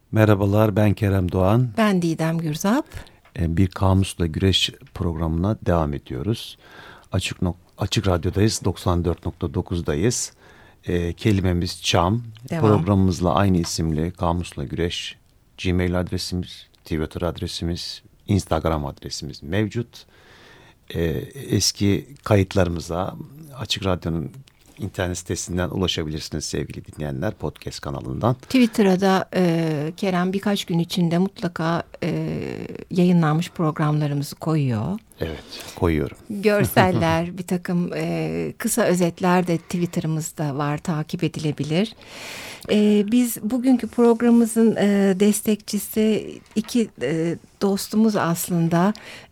Merhabalar, ben Kerem Doğan. Ben Didem Gürzap. Bir Kamusla Güreş programına devam ediyoruz. Açık Radyo'dayız, 94.9'dayız. Kelimemiz çam. Devam. Programımızla aynı isimli Kamusla Güreş. Gmail adresimiz, Twitter adresimiz, Instagram adresimiz mevcut. Eski kayıtlarımıza Açık Radyo'nun İnternet sitesinden ulaşabilirsiniz sevgili dinleyenler, podcast kanalından. Twitter'a da Kerem birkaç gün içinde mutlaka yayınlanmış programlarımızı koyuyor. Evet, koyuyorum. Görseller, bir takım kısa özetler de Twitter'ımızda var, takip edilebilir. Biz bugünkü programımızın destekçisi iki dostumuz aslında.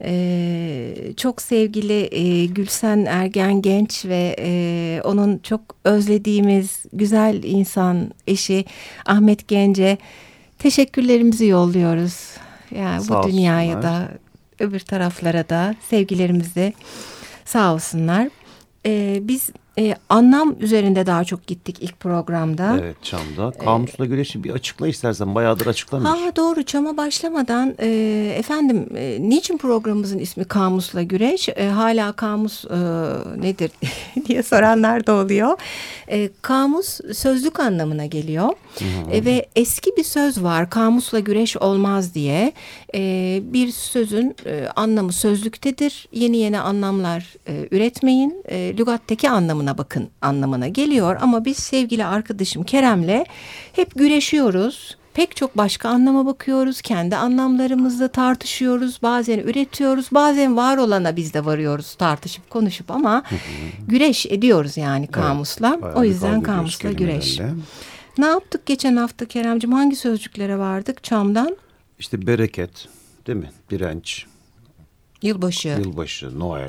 Çok sevgili Gülsen Ergen Genç ve onun çok özlediğimiz güzel insan eşi Ahmet Gence teşekkürlerimizi yolluyoruz. Yani Sağ bu dünyaya olsunlar. da öbür taraflara da sevgilerimizi sağ olsunlar. Biz anlam üzerinde daha çok gittik ilk programda. Evet, Çam'da. Kamusla Güreş'i bir açıkla istersen. Bayağıdır açıklamıyorsun. Ha doğru, çama başlamadan efendim niçin programımızın ismi Kamusla Güreş? Hala kamus nedir diye soranlar da oluyor. Kamus sözlük anlamına geliyor. Ve eski bir söz var, kamusla güreş olmaz diye. Bir sözün anlamı sözlüktedir. Yeni anlamlar üretmeyin. Lügattaki anlamına bakın anlamına geliyor. Ama biz sevgili arkadaşım Kerem'le hep güreşiyoruz. Pek çok başka anlama bakıyoruz. Kendi anlamlarımızla tartışıyoruz. Bazen üretiyoruz. Bazen var olana biz de varıyoruz tartışıp konuşup ama güreş ediyoruz yani kamusla. Evet, o yüzden kavga ediyoruz kamusla güreş. kelimelerle. Ne yaptık geçen hafta Keremciğim? Hangi sözcüklere vardık Çam'dan? İşte bereket, değil mi? Direnç, Yılbaşı, yılbaşı, Noel,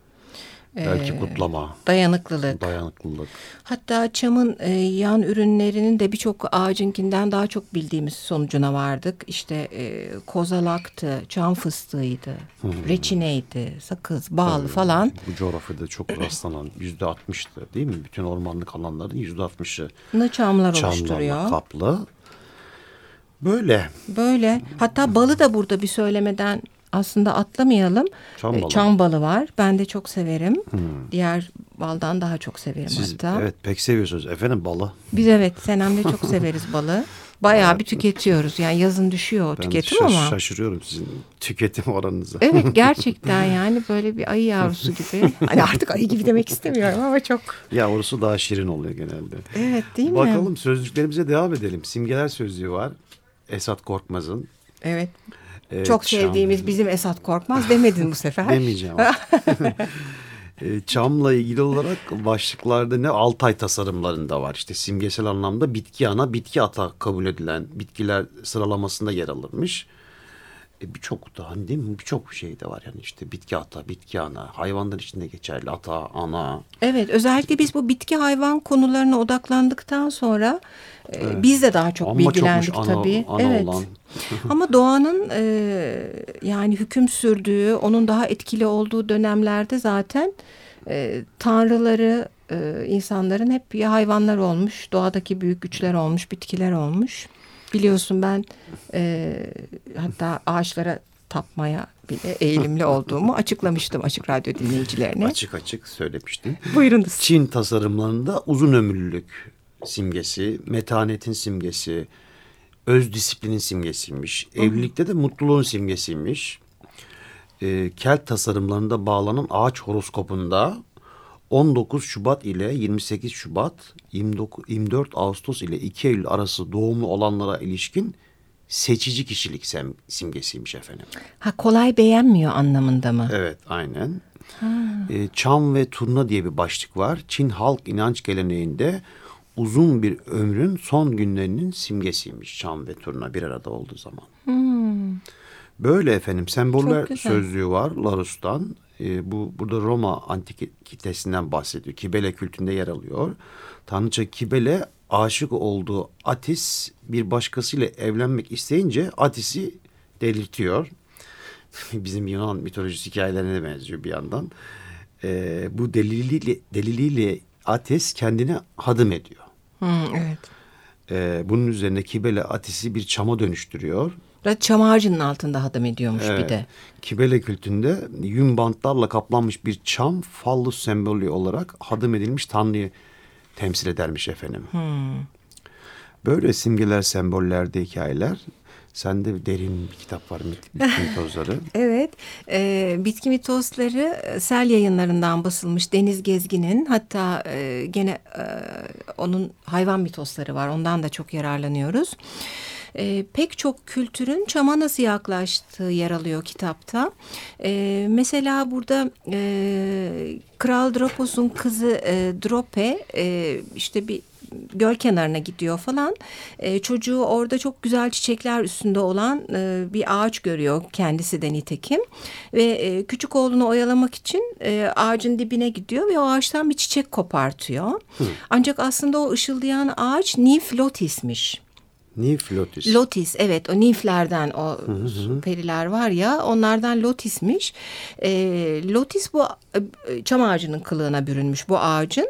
belki kutlama, dayanıklılık. dayanıklılık. Hatta çamın yan ürünlerinin de birçok ağacınkinden daha çok bildiğimiz sonucuna vardık. İşte kozalaktı, çam fıstığıydı, reçineydi, sakız, bal falan. Bu coğrafyada çok rastlanan %60'tı değil mi? Bütün ormanlık alanların %60'ı Çamlar çamlarla oluşturuyor. kaplı. Böyle. Böyle. Hatta balı da burada bir söylemeden aslında atlamayalım. Çam balı. Çam balı var. Ben de çok severim. Diğer baldan daha çok severim Siz hatta. evet pek seviyorsunuz efendim balı. Biz evet Senem'le çok severiz balı. Bayağı bir tüketiyoruz. Yani yazın düşüyor o Ben tüketim ama. şaşırıyorum sizin tüketim oranınıza. Evet gerçekten yani böyle bir ayı yavrusu gibi. Hani artık ayı gibi demek istemiyorum ama çok. Yavrusu daha şirin oluyor genelde. Evet değil mi? Bakalım sözlüklerimize devam edelim. Simgeler sözlüğü var. Esat Korkmaz'ın. Evet. Çok Çam. sevdiğimiz bizim Esat Korkmaz demedin bu sefer. Demeyeceğim. Çamla ilgili olarak başlıklarda ne Altay tasarımlarında var. İşte simgesel anlamda bitki ana, bitki ata kabul edilen bitkiler sıralamasında yer alırmış. Birçok da hani değil mi? Birçok şey de var yani işte bitki ata, bitki ana, hayvanlar içinde geçerli ata, ana. Evet özellikle biz bu bitki hayvan konularına odaklandıktan sonra biz de daha çok Ama bilgilendik çokmuş tabii. ana Evet. olan. Ama doğanın yani hüküm sürdüğü, onun daha etkili olduğu dönemlerde zaten tanrıları insanların hep ya hayvanlar olmuş, doğadaki büyük güçler olmuş, bitkiler olmuş. Biliyorsun ben hatta ağaçlara tapmaya bile eğilimli olduğumu açıklamıştım Açık Radyo dinleyicilerine. Açık söylemiştin. Buyurunuz. Çin tasarımlarında uzun ömürlülük simgesi, metanetin simgesi, öz disiplinin simgesiymiş. Evlilikte de mutluluğun simgesiymiş. Kelt tasarımlarında bağlanan ağaç horoskopunda 19 Şubat ile 28 Şubat, 24 Ağustos ile 2 Eylül arası doğumlu olanlara ilişkin seçici kişilik simgesiymiş efendim. Ha kolay beğenmiyor anlamında mı? Evet, aynen. Çam ve turna diye bir başlık var. Çin halk inanç geleneğinde uzun bir ömrün son günlerinin simgesiymiş çam ve turna bir arada olduğu zaman. Böyle efendim semboller sözlüğü var Larouste'dan. Burada Roma antikitesinden bahsediyor. Kibele kültünde yer alıyor. Tanrıça Kibele aşık olduğu Atis bir başkasıyla evlenmek isteyince Atis'i delirtiyor. Bizim Yunan mitolojisi hikayelerine benziyor bir yandan. Bu deliliyle Atis kendine hadım ediyor. Evet. Bunun üzerine Kibele Atis'i bir çama dönüştürüyor. Çam ağacının altında hadım ediyormuş bir de. Kibele kültünde yün bantlarla kaplanmış bir çam fallus sembolü olarak hadım edilmiş tanrıyı temsil edermiş efendim. Böyle simgeler, sembollerde hikayeler. Sende derin bir kitap var, Bitki Mitozları. Evet, Bitki Mitozları Sel Yayınlarından basılmış Deniz Gezgin'in, hatta gene onun hayvan mitosları var, ondan da çok yararlanıyoruz. Pek çok kültürün çama nasıl yaklaştığı yer alıyor kitapta. Mesela burada Kral Dropos'un kızı Drope işte bir göl kenarına gidiyor falan. Çocuğu orada çok güzel çiçekler üstünde olan bir ağaç görüyor, kendisi de nitekim. Ve küçük oğlunu oyalamak için ağacın dibine gidiyor ve o ağaçtan bir çiçek kopartıyor. Ancak aslında o ışıldayan ağaç Nymph Lotis'miş. Nymph Lotis. Lotis, evet, o nimflerden, o periler var ya, onlardan Lotis'miş. Lotis bu çam ağacının kılığına bürünmüş, bu ağacın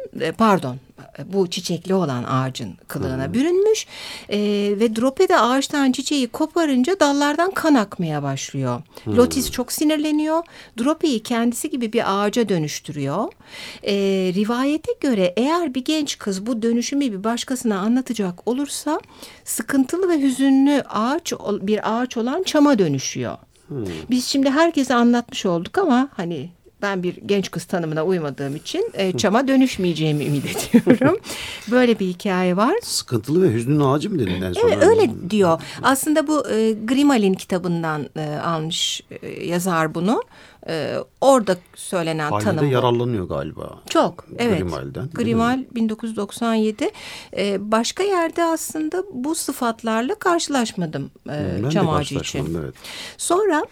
bu çiçekli olan ağacın kılığına bürünmüş ve Drope de ağaçtan çiçeği koparınca dallardan kan akmaya başlıyor. Lotis çok sinirleniyor. Drope'yi kendisi gibi bir ağaca dönüştürüyor. Rivayete göre eğer bir genç kız bu dönüşümü bir başkasına anlatacak olursa sıkıntılı ve hüzünlü bir ağaç olan çama dönüşüyor. Biz şimdi herkese anlatmış olduk ama hani ben bir genç kız tanımına uymadığım için çama dönüşmeyeceğimi ümit ediyorum. Böyle bir hikaye var. Sıkıntılı ve hüzünlü ağacı mı dedin en sonra? Evet, öyle diyor. Aslında bu Grimal'in kitabından almış yazar bunu. Orada söylenen tanım. Halde yararlanıyor galiba. Çok, evet. Grimal'den. Grimal 1997. Başka yerde aslında bu sıfatlarla karşılaşmadım çam ağacı için. Evet. Sonra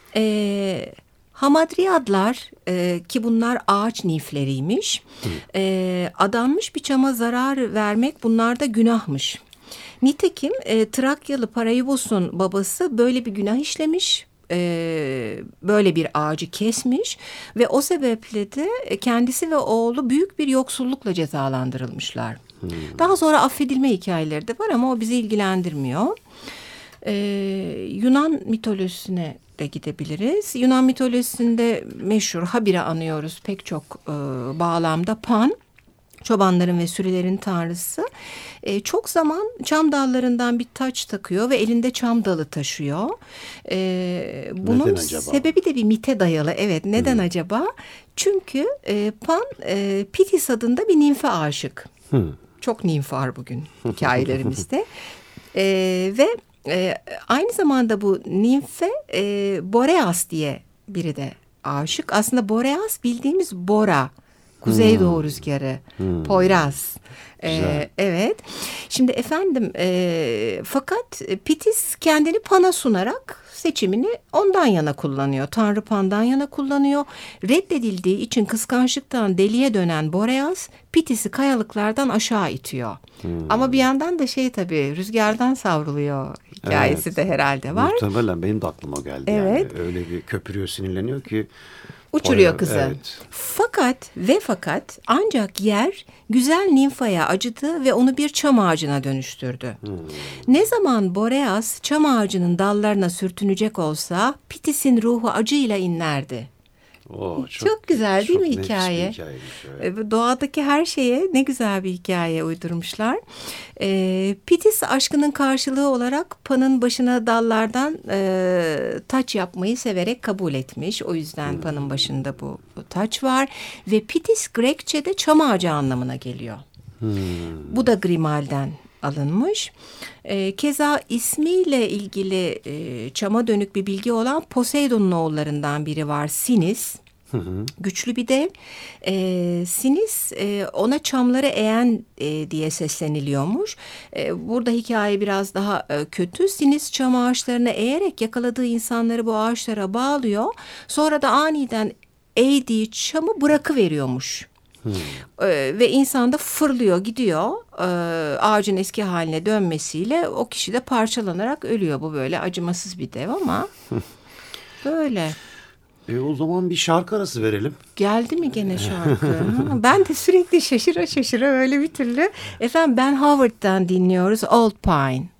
hamadriyadlar ki bunlar ağaç nimfleriymiş. Adanmış bir çama zarar vermek bunlarda günahmış. Nitekim Trakyalı Paraibos'un babası böyle bir günah işlemiş. Böyle bir ağacı kesmiş ve o sebeple de kendisi ve oğlu büyük bir yoksullukla cezalandırılmışlar. Daha sonra affedilme hikayeleri de var ama o bizi ilgilendirmiyor. Yunan mitolojisine de gidebiliriz. Yunan mitolojisinde meşhur Habir'i anıyoruz pek çok bağlamda. Pan, çobanların ve sürülerin tanrısı. Çok zaman çam dallarından bir taç takıyor ve elinde çam dalı taşıyor. Bunun sebebi de bir mite dayalı. Evet, neden acaba? Çünkü Pan Pitis adında bir nimfe aşık. Çok nimf var bugün hikayelerimizde. Ve aynı zamanda bu nimfe Boreas diye biri de aşık. Aslında Boreas bildiğimiz Bora. Kuzeydoğu rüzgarı. Poyraz. Evet. Şimdi efendim fakat Pitis kendini Pan'a sunarak seçimini ondan yana kullanıyor. Tanrı Pan'dan yana kullanıyor. Reddedildiği için kıskançlıktan deliye dönen Boreas Pitis'i kayalıklardan aşağı itiyor. Ama bir yandan da tabii rüzgardan savruluyor hikayesi de herhalde var. Muhtemelen benim de aklıma geldi. Evet. Yani öyle bir köpürüyor, sinirleniyor ki. Uçuruyor kızı. Evet. Fakat ancak yer güzel nimfaya acıdı ve onu bir çam ağacına dönüştürdü. Ne zaman Boreas çam ağacının dallarına sürtünecek olsa Pitis'in ruhu acıyla inlerdi. Çok güzel değil mi hikaye? Evet. Doğadaki her şeye ne güzel bir hikaye uydurmuşlar. Pitis aşkının karşılığı olarak Pan'ın başına dallardan taç yapmayı severek kabul etmiş. O yüzden Pan'ın başında bu taç var. Ve Pitis Grekçe'de çam ağacı anlamına geliyor. Bu da Grimal'den alınmış. Keza ismiyle ilgili çama dönük bir bilgi olan Poseidon'un oğullarından biri var, Sinis. Güçlü bir dev. Sinis ona çamları eğen diye sesleniliyormuş. Burada hikaye biraz daha kötü. Sinis çam ağaçlarını eğerek yakaladığı insanları bu ağaçlara bağlıyor. Sonra da aniden eğdiği çamı bırakıveriyormuş. Ve insan da fırlıyor, gidiyor. Ağacın eski haline dönmesiyle o kişi de parçalanarak ölüyor. Bu böyle acımasız bir dev ama böyle. O zaman bir şarkı arası verelim. Geldi mi gene şarkı? Ben de sürekli şaşıra öyle bir türlü. Efendim Ben Howard'dan dinliyoruz Old Pine.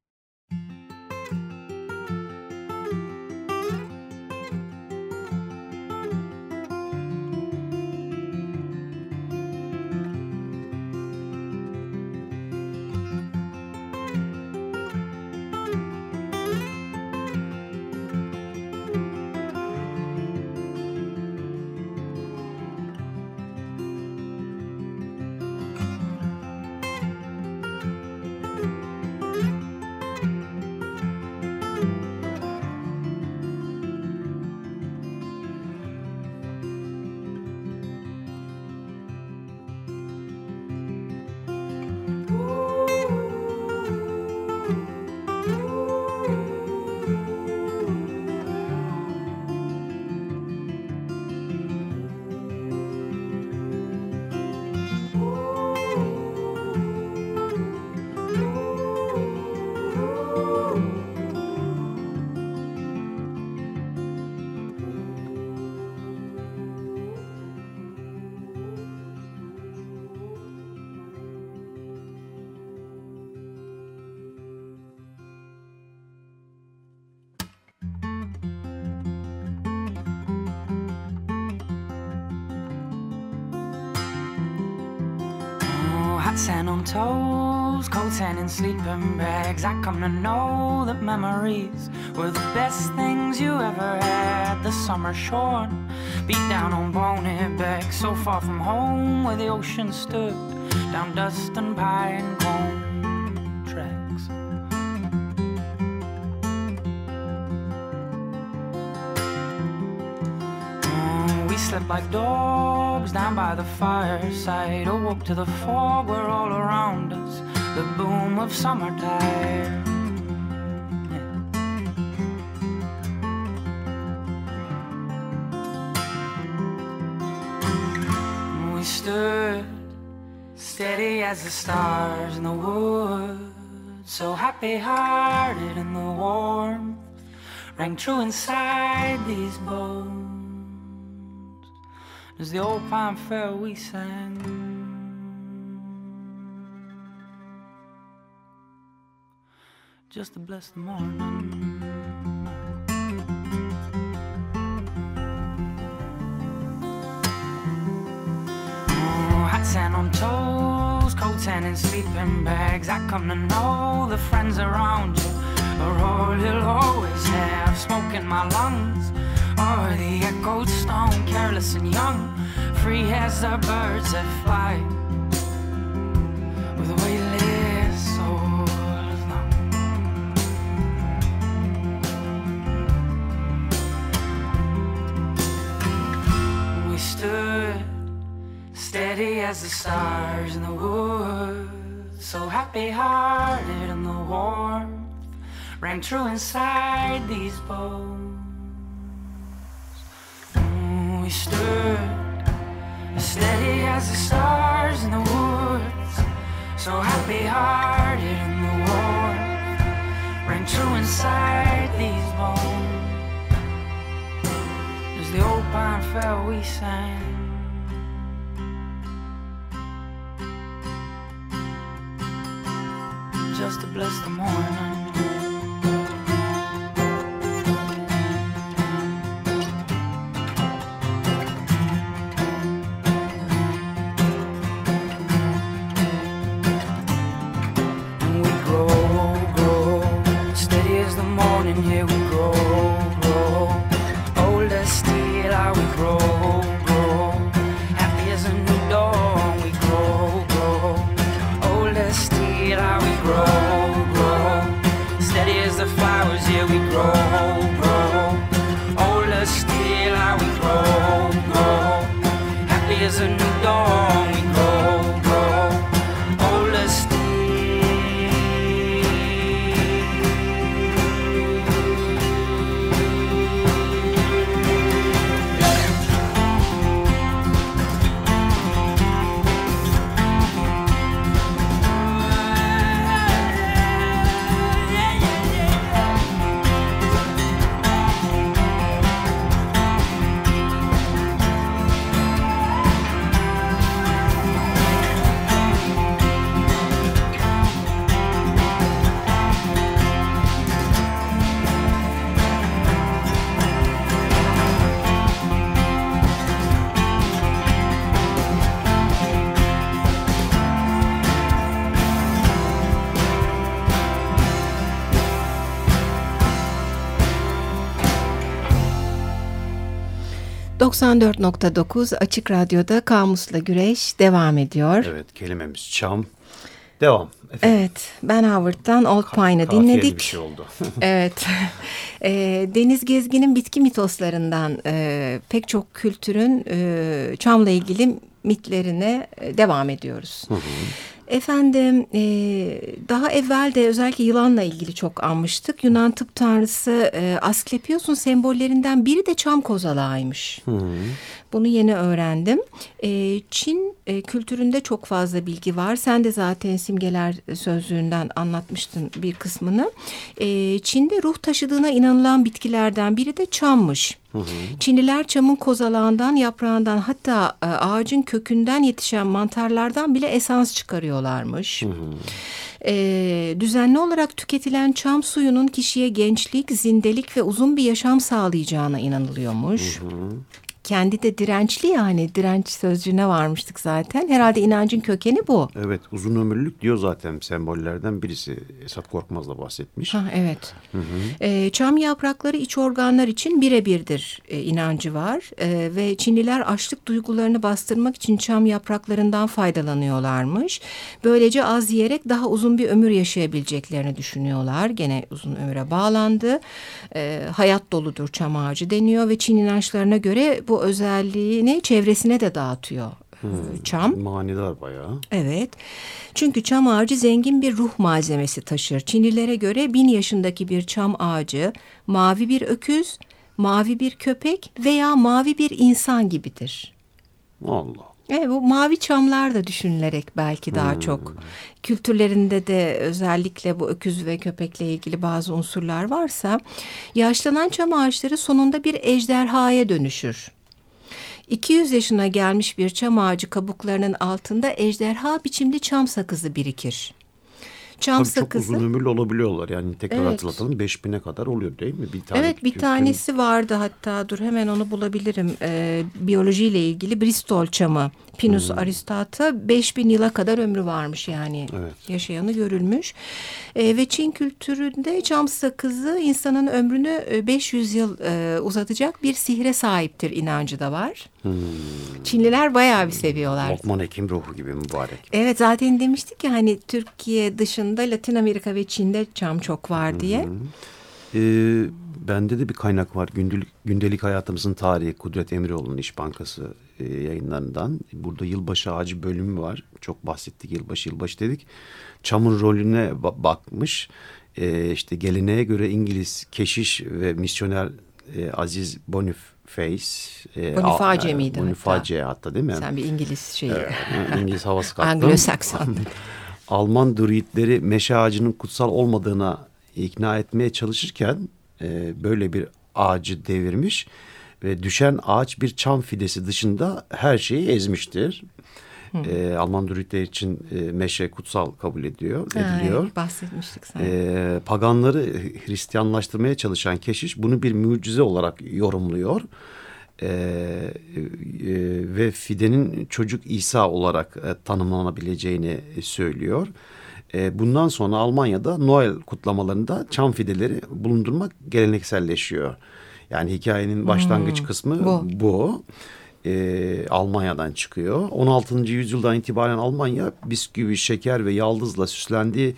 Sand on toes, cold sand in sleeping bags. I come to know that memories were the best things you ever had. The summer shorn, beat down on bony back, so far from home where the ocean stood, down dust and pine cone tracks. We slept like dogs down by the fireside, awoke to the fog where all around us the boom of summertime. We stood steady as the stars in the woods, so happy-hearted, and the warmth rang true inside these bones. As the old pine fell, we sang. Just to bless the morning. Oh, hot sand on toes, cold sand in sleeping bags. I come to know the friends around you are all you'll always have. Smoke in my lungs, or the echoed stone, careless and young, free as the birds that fly, with weightless souls long. We stood steady as the stars in the woods, so happy-hearted, and the warmth rang true inside these bones. We stood steady as the stars in the woods, so happy-hearted, and the warmth rang true inside these bones. As the old pine fell, we sang. Just to bless the morning. As a new dawn, we grow, grow, older still. 94.9 Açık Radyo'da Kamus'la Güreş devam ediyor. Evet, kelimemiz çam. Devam. Evet, Ben Howard'dan Old Pine'ı Kafiyeli dinledik. bir şey oldu. Evet. Deniz Gezgin'in bitki mitoslarından pek çok kültürün çamla ilgili mitlerine devam ediyoruz. Hı hı. Efendim, daha evvel de özellikle yılanla ilgili çok anmıştık. Yunan tıp tanrısı Asklepios'un sembollerinden biri de çam kozalağıymış. Hı hı. Bunu yeni öğrendim. Çin kültüründe çok fazla bilgi var. Sen de zaten simgeler sözlüğünden anlatmıştın bir kısmını. Çin'de ruh taşıdığına inanılan bitkilerden biri de çammış. Hı hı. Çinliler çamın kozalağından, yaprağından, hatta ağacın kökünden yetişen mantarlardan bile esans çıkarıyorlarmış. Hı hı. Düzenli olarak tüketilen çam suyunun kişiye gençlik, zindelik ve uzun bir yaşam sağlayacağına inanılıyormuş. Hı hı. Kendi de dirençli, yani direnç sözcüğüne varmıştık zaten. Herhalde inancın kökeni bu. Evet, uzun ömürlülük diyor zaten sembollerden birisi. Esat Korkmaz da bahsetmiş. Ha, evet. Hı hı. Çam yaprakları iç organlar için birebirdir inancı var. Ve Çinliler açlık duygularını bastırmak için çam yapraklarından faydalanıyorlarmış. Böylece az yiyerek daha uzun bir ömür yaşayabileceklerini düşünüyorlar. Gene uzun ömüre bağlandı. Hayat doludur çam ağacı deniyor ve Çin inançlarına göre bu özelliğini çevresine de dağıtıyor çam. Manidar bayağı. Evet. Çünkü çam ağacı zengin bir ruh malzemesi taşır. Çinlilere göre 1000 yaşındaki bir çam ağacı mavi bir öküz, mavi bir köpek veya mavi bir insan gibidir. Allah. Evet, bu mavi çamlar da düşünülerek belki daha çok kültürlerinde de özellikle bu öküz ve köpekle ilgili bazı unsurlar varsa, yaşlanan çam ağaçları sonunda bir ejderhaya dönüşür. 200 yaşına gelmiş bir çam ağacı kabuklarının altında ejderha biçimli çam sakızı birikir. Çam tabii sakızı çok uzun ömürlü olabiliyorlar. Yani tekrar hatırlatalım, 5000'e kadar oluyor değil mi? Bir tane evet, bir tanesi vardı hatta, dur hemen onu bulabilirim. Biyolojiyle ilgili Bristol çamı Pinus aristata 5000 yıla kadar ömrü varmış, yani yaşayanı görülmüş. Ve Çin kültüründe çam sakızı insanın ömrünü 500 yıl uzatacak bir sihre sahiptir inancı da var. Çinliler bayağı bir seviyorlar. Lokman Hekim ruhu gibi mübarek. Evet, zaten demiştik ya hani Türkiye dışında Latin Amerika ve Çin'de çam çok var diye. Bende de bir kaynak var. Gündelik Hayatımızın Tarihi, Kudret Emiroğlu'nun İş Bankası yayınlarından. Burada yılbaşı ağacı bölümü var. Çok bahsettik, yılbaşı dedik. Çamın rolüne bakmış. İşte geleneğe göre İngiliz keşiş ve misyoner Aziz Boniface miydi? Boniface hatta değil mi? Sen bir İngiliz şeyi. İngiliz havası kattın. Anglo-Sakson. Alman druidleri meşe ağacının kutsal olmadığına ikna etmeye çalışırken böyle bir ağacı devirmiş ve düşen ağaç bir çam fidesi dışında her şeyi ezmiştir. Alman druidler için meşe kutsal kabul ediliyor. Bahsetmiştik sana. Paganları Hristiyanlaştırmaya çalışan keşiş bunu bir mucize olarak yorumluyor. Ve fidenin çocuk İsa olarak tanımlanabileceğini söylüyor. Bundan sonra Almanya'da Noel kutlamalarında çam fideleri bulundurmak gelenekselleşiyor. Yani hikayenin başlangıç kısmı bu. Almanya'dan çıkıyor. 16. yüzyıldan itibaren Almanya bisküvi, şeker ve yaldızla süslendiği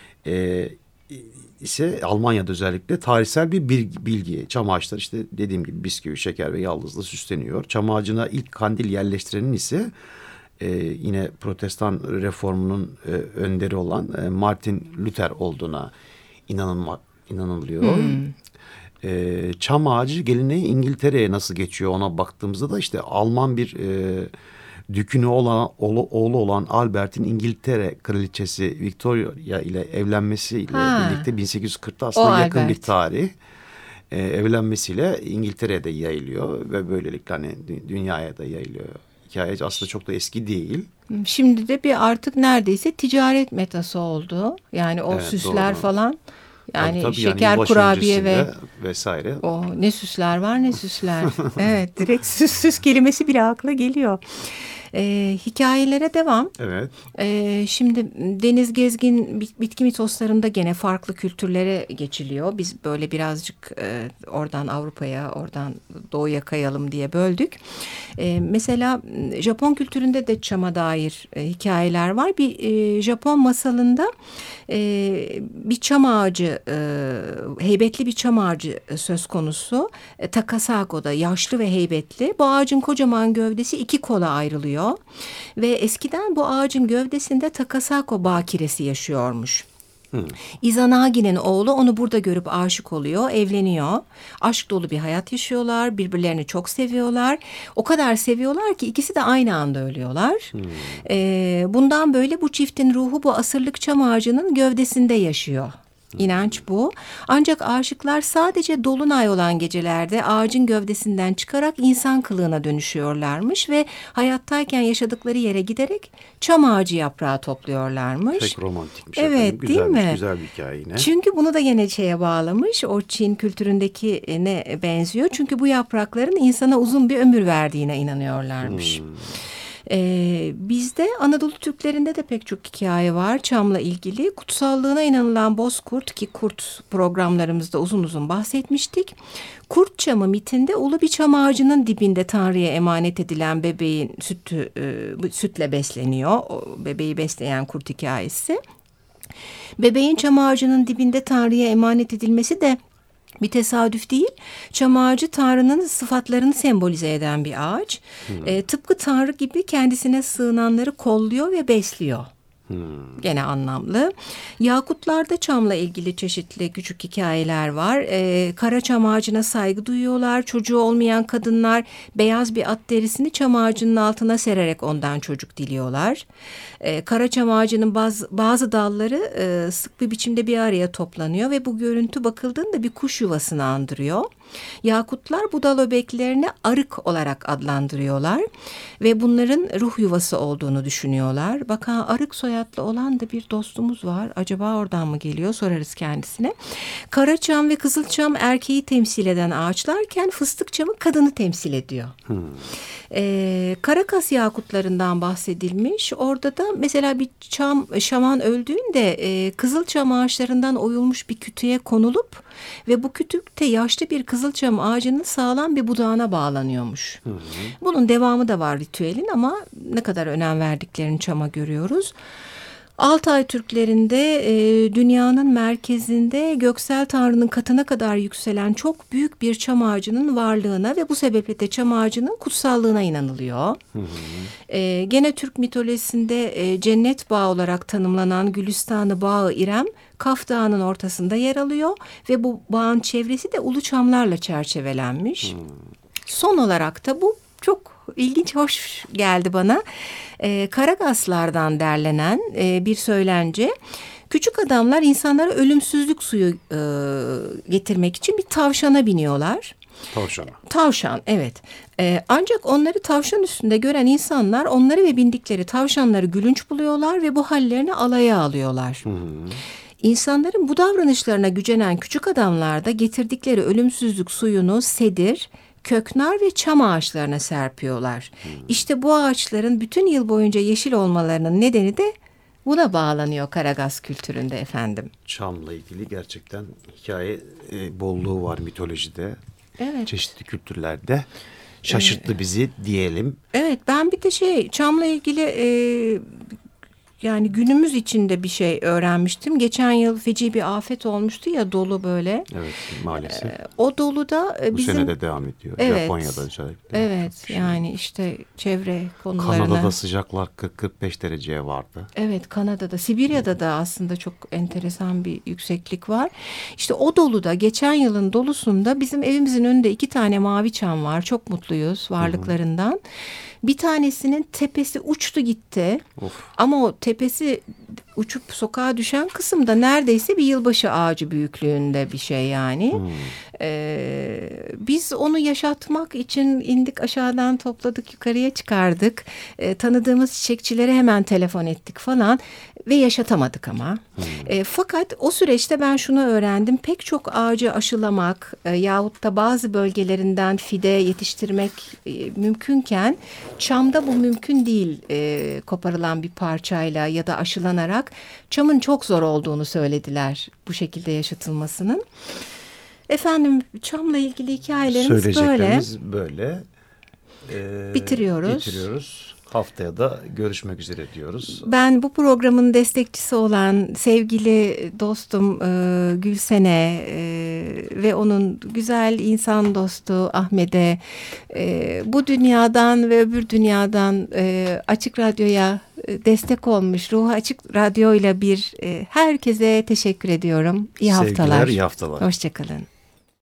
ise Almanya'da özellikle tarihsel bir bilgi. Çam ağaçları işte dediğim gibi bisküvi, şeker ve yaldızla süsleniyor. Çam ağacına ilk kandil yerleştirenin ise yine Protestan reformunun önderi olan Martin Luther olduğuna inanılıyor. Çam ağacı geleneği İngiltere'ye nasıl geçiyor ona baktığımızda da işte Alman bir dükünü oğlu olan Albert'in İngiltere kraliçesi Victoria ile evlenmesiyle birlikte 1840'ta aslında yakın bir tarih. Evlenmesiyle İngiltere'de yayılıyor ve böylelikle hani dünyaya da yayılıyor. Hikaye aslında çok da eski değil. Şimdi de bir artık neredeyse ticaret metası oldu. Yani o süsler doğru. Falan. Yani tabii şeker, yani kurabiye ve vesaire. Ne süsler var ne süsler. Evet, direkt süs kelimesi bile akla geliyor. Hikayelere devam. Evet. Şimdi Deniz Gezgin bitki mitoslarında gene farklı kültürlere geçiliyor. Biz böyle birazcık oradan Avrupa'ya, oradan Doğu'ya kayalım diye böldük. Mesela Japon kültüründe de çama dair hikayeler var. Bir Japon masalında bir çam ağacı, heybetli bir çam ağacı söz konusu. Takasago'da yaşlı ve heybetli. Bu ağacın kocaman gövdesi 2 kola ayrılıyor. Ve eskiden bu ağacın gövdesinde Takasago bakiresi yaşıyormuş. Izanagi'nin oğlu onu burada görüp aşık oluyor, evleniyor. Aşk dolu bir hayat yaşıyorlar, birbirlerini çok seviyorlar. O kadar seviyorlar ki ikisi de aynı anda ölüyorlar. Bundan böyle bu çiftin ruhu bu asırlık çam ağacının gövdesinde yaşıyor. İnanç bu. Ancak aşıklar sadece dolunay olan gecelerde ağacın gövdesinden çıkarak insan kılığına dönüşüyorlarmış ve hayattayken yaşadıkları yere giderek çam ağacı yaprağı topluyorlarmış. Pek romantikmiş. Evet, efendim. değil mi? Güzel bir hikaye yine. Çünkü bunu da gene şeye bağlamış. O Çin kültüründeki ne benziyor. Çünkü bu yaprakların insana uzun bir ömür verdiğine inanıyorlarmış. Bizde Anadolu Türklerinde de pek çok hikaye var çamla ilgili. Kutsallığına inanılan bozkurt, ki kurt programlarımızda uzun uzun bahsetmiştik. Kurt çamı mitinde ulu bir çam ağacının dibinde Tanrı'ya emanet edilen bebeğin sütle besleniyor. O bebeği besleyen kurt hikayesi. Bebeğin çam ağacının dibinde Tanrı'ya emanet edilmesi de bir tesadüf değil. Çam ağacı Tanrı'nın sıfatlarını sembolize eden bir ağaç. Tıpkı Tanrı gibi kendisine sığınanları kolluyor ve besliyor. Gene anlamlı. Yakutlarda çamla ilgili çeşitli küçük hikayeler var. Kara çam ağacına saygı duyuyorlar. Çocuğu olmayan kadınlar beyaz bir at derisini çam ağacının altına sererek ondan çocuk diliyorlar. Kara çam ağacının bazı dalları sık bir biçimde bir araya toplanıyor ve bu görüntü bakıldığında bir kuş yuvasını andırıyor. Yakutlar bu dal öbeklerini arık olarak adlandırıyorlar ve bunların ruh yuvası olduğunu düşünüyorlar. Bak arık soyadlı olan da bir dostumuz var. Acaba oradan mı geliyor? Sorarız kendisine. Karaçam ve kızılçam erkeği temsil eden ağaçlarken fıstık çamı kadını temsil ediyor. Karakas yakutlarından bahsedilmiş. Orada da mesela bir şaman öldüğünde kızılçam ağaçlarından oyulmuş bir kütüğe konulup ve bu kütükte yaşlı bir kızılçam ağacının sağlam bir budağına bağlanıyormuş. Bunun devamı da var ritüelin ama ne kadar önem verdiklerini çama görüyoruz. Altay Türklerinde dünyanın merkezinde Göksel Tanrı'nın katına kadar yükselen çok büyük bir çam ağacının varlığına ve bu sebeple de çam ağacının kutsallığına inanılıyor. Gene Türk mitolojisinde cennet bağı olarak tanımlanan Gülistanı Bağı İrem, Kaf Dağı'nın ortasında yer alıyor ve bu bağın çevresi de ulu çamlarla çerçevelenmiş. Son olarak da bu çok ilginç, hoş geldi bana. Karagaslardan derlenen bir söylence. Küçük adamlar insanlara ölümsüzlük suyu getirmek için bir tavşana biniyorlar. Tavşan, evet. Ancak onları tavşan üstünde gören insanlar onları ve bindikleri tavşanları gülünç buluyorlar ve bu hallerini alaya alıyorlar. İnsanların bu davranışlarına gücenen küçük adamlar da getirdikleri ölümsüzlük suyunu sedir, köknar ve çam ağaçlarına serpiyorlar. İşte bu ağaçların bütün yıl boyunca yeşil olmalarının nedeni de buna bağlanıyor Karagaz kültüründe efendim. Çamla ilgili gerçekten hikaye bolluğu var mitolojide. Evet. Çeşitli kültürlerde. Şaşırttı bizi diyelim. Evet, ben bir de çamla ilgili yani günümüz içinde bir şey öğrenmiştim. Geçen yıl feci bir afet olmuştu ya, dolu böyle. Evet, maalesef. O doluda bu bizim... sene de devam ediyor. Evet, Japonya'da özellikle. Evet, yani işte çevre konularına... Kanada'da sıcaklar 40-45 dereceye vardı. Evet, Kanada'da, Sibirya'da da aslında çok enteresan bir yükseklik var. İşte o doluda, geçen yılın dolusunda bizim evimizin önünde 2 tane mavi çam var. Çok mutluyuz varlıklarından. Bir tanesinin tepesi uçtu gitti. Ama o tepesi uçup sokağa düşen kısımda neredeyse bir yılbaşı ağacı büyüklüğünde bir şey yani. Biz onu yaşatmak için indik aşağıdan, topladık, yukarıya çıkardık. Tanıdığımız çiçekçilere hemen telefon ettik falan ve yaşatamadık ama. Fakat o süreçte ben şunu öğrendim. Pek çok ağacı aşılamak yahut da bazı bölgelerinden fide yetiştirmek mümkünken çamda bu mümkün değil, koparılan bir parçayla ya da aşılanarak. Çamın çok zor olduğunu söylediler bu şekilde yaşatılmasının. Efendim, çamla ilgili hikayelerimiz böyle. Bitiriyoruz. Haftaya da görüşmek üzere diyoruz. Ben bu programın destekçisi olan sevgili dostum Gülsen'e ve onun güzel insan dostu Ahmet'e, bu dünyadan ve öbür dünyadan Açık Radyo'ya destek olmuş, Ruhu Açık Radyo'yla herkese teşekkür ediyorum. İyi haftalar. Sevgiler, iyi haftalar. Hoşçakalın.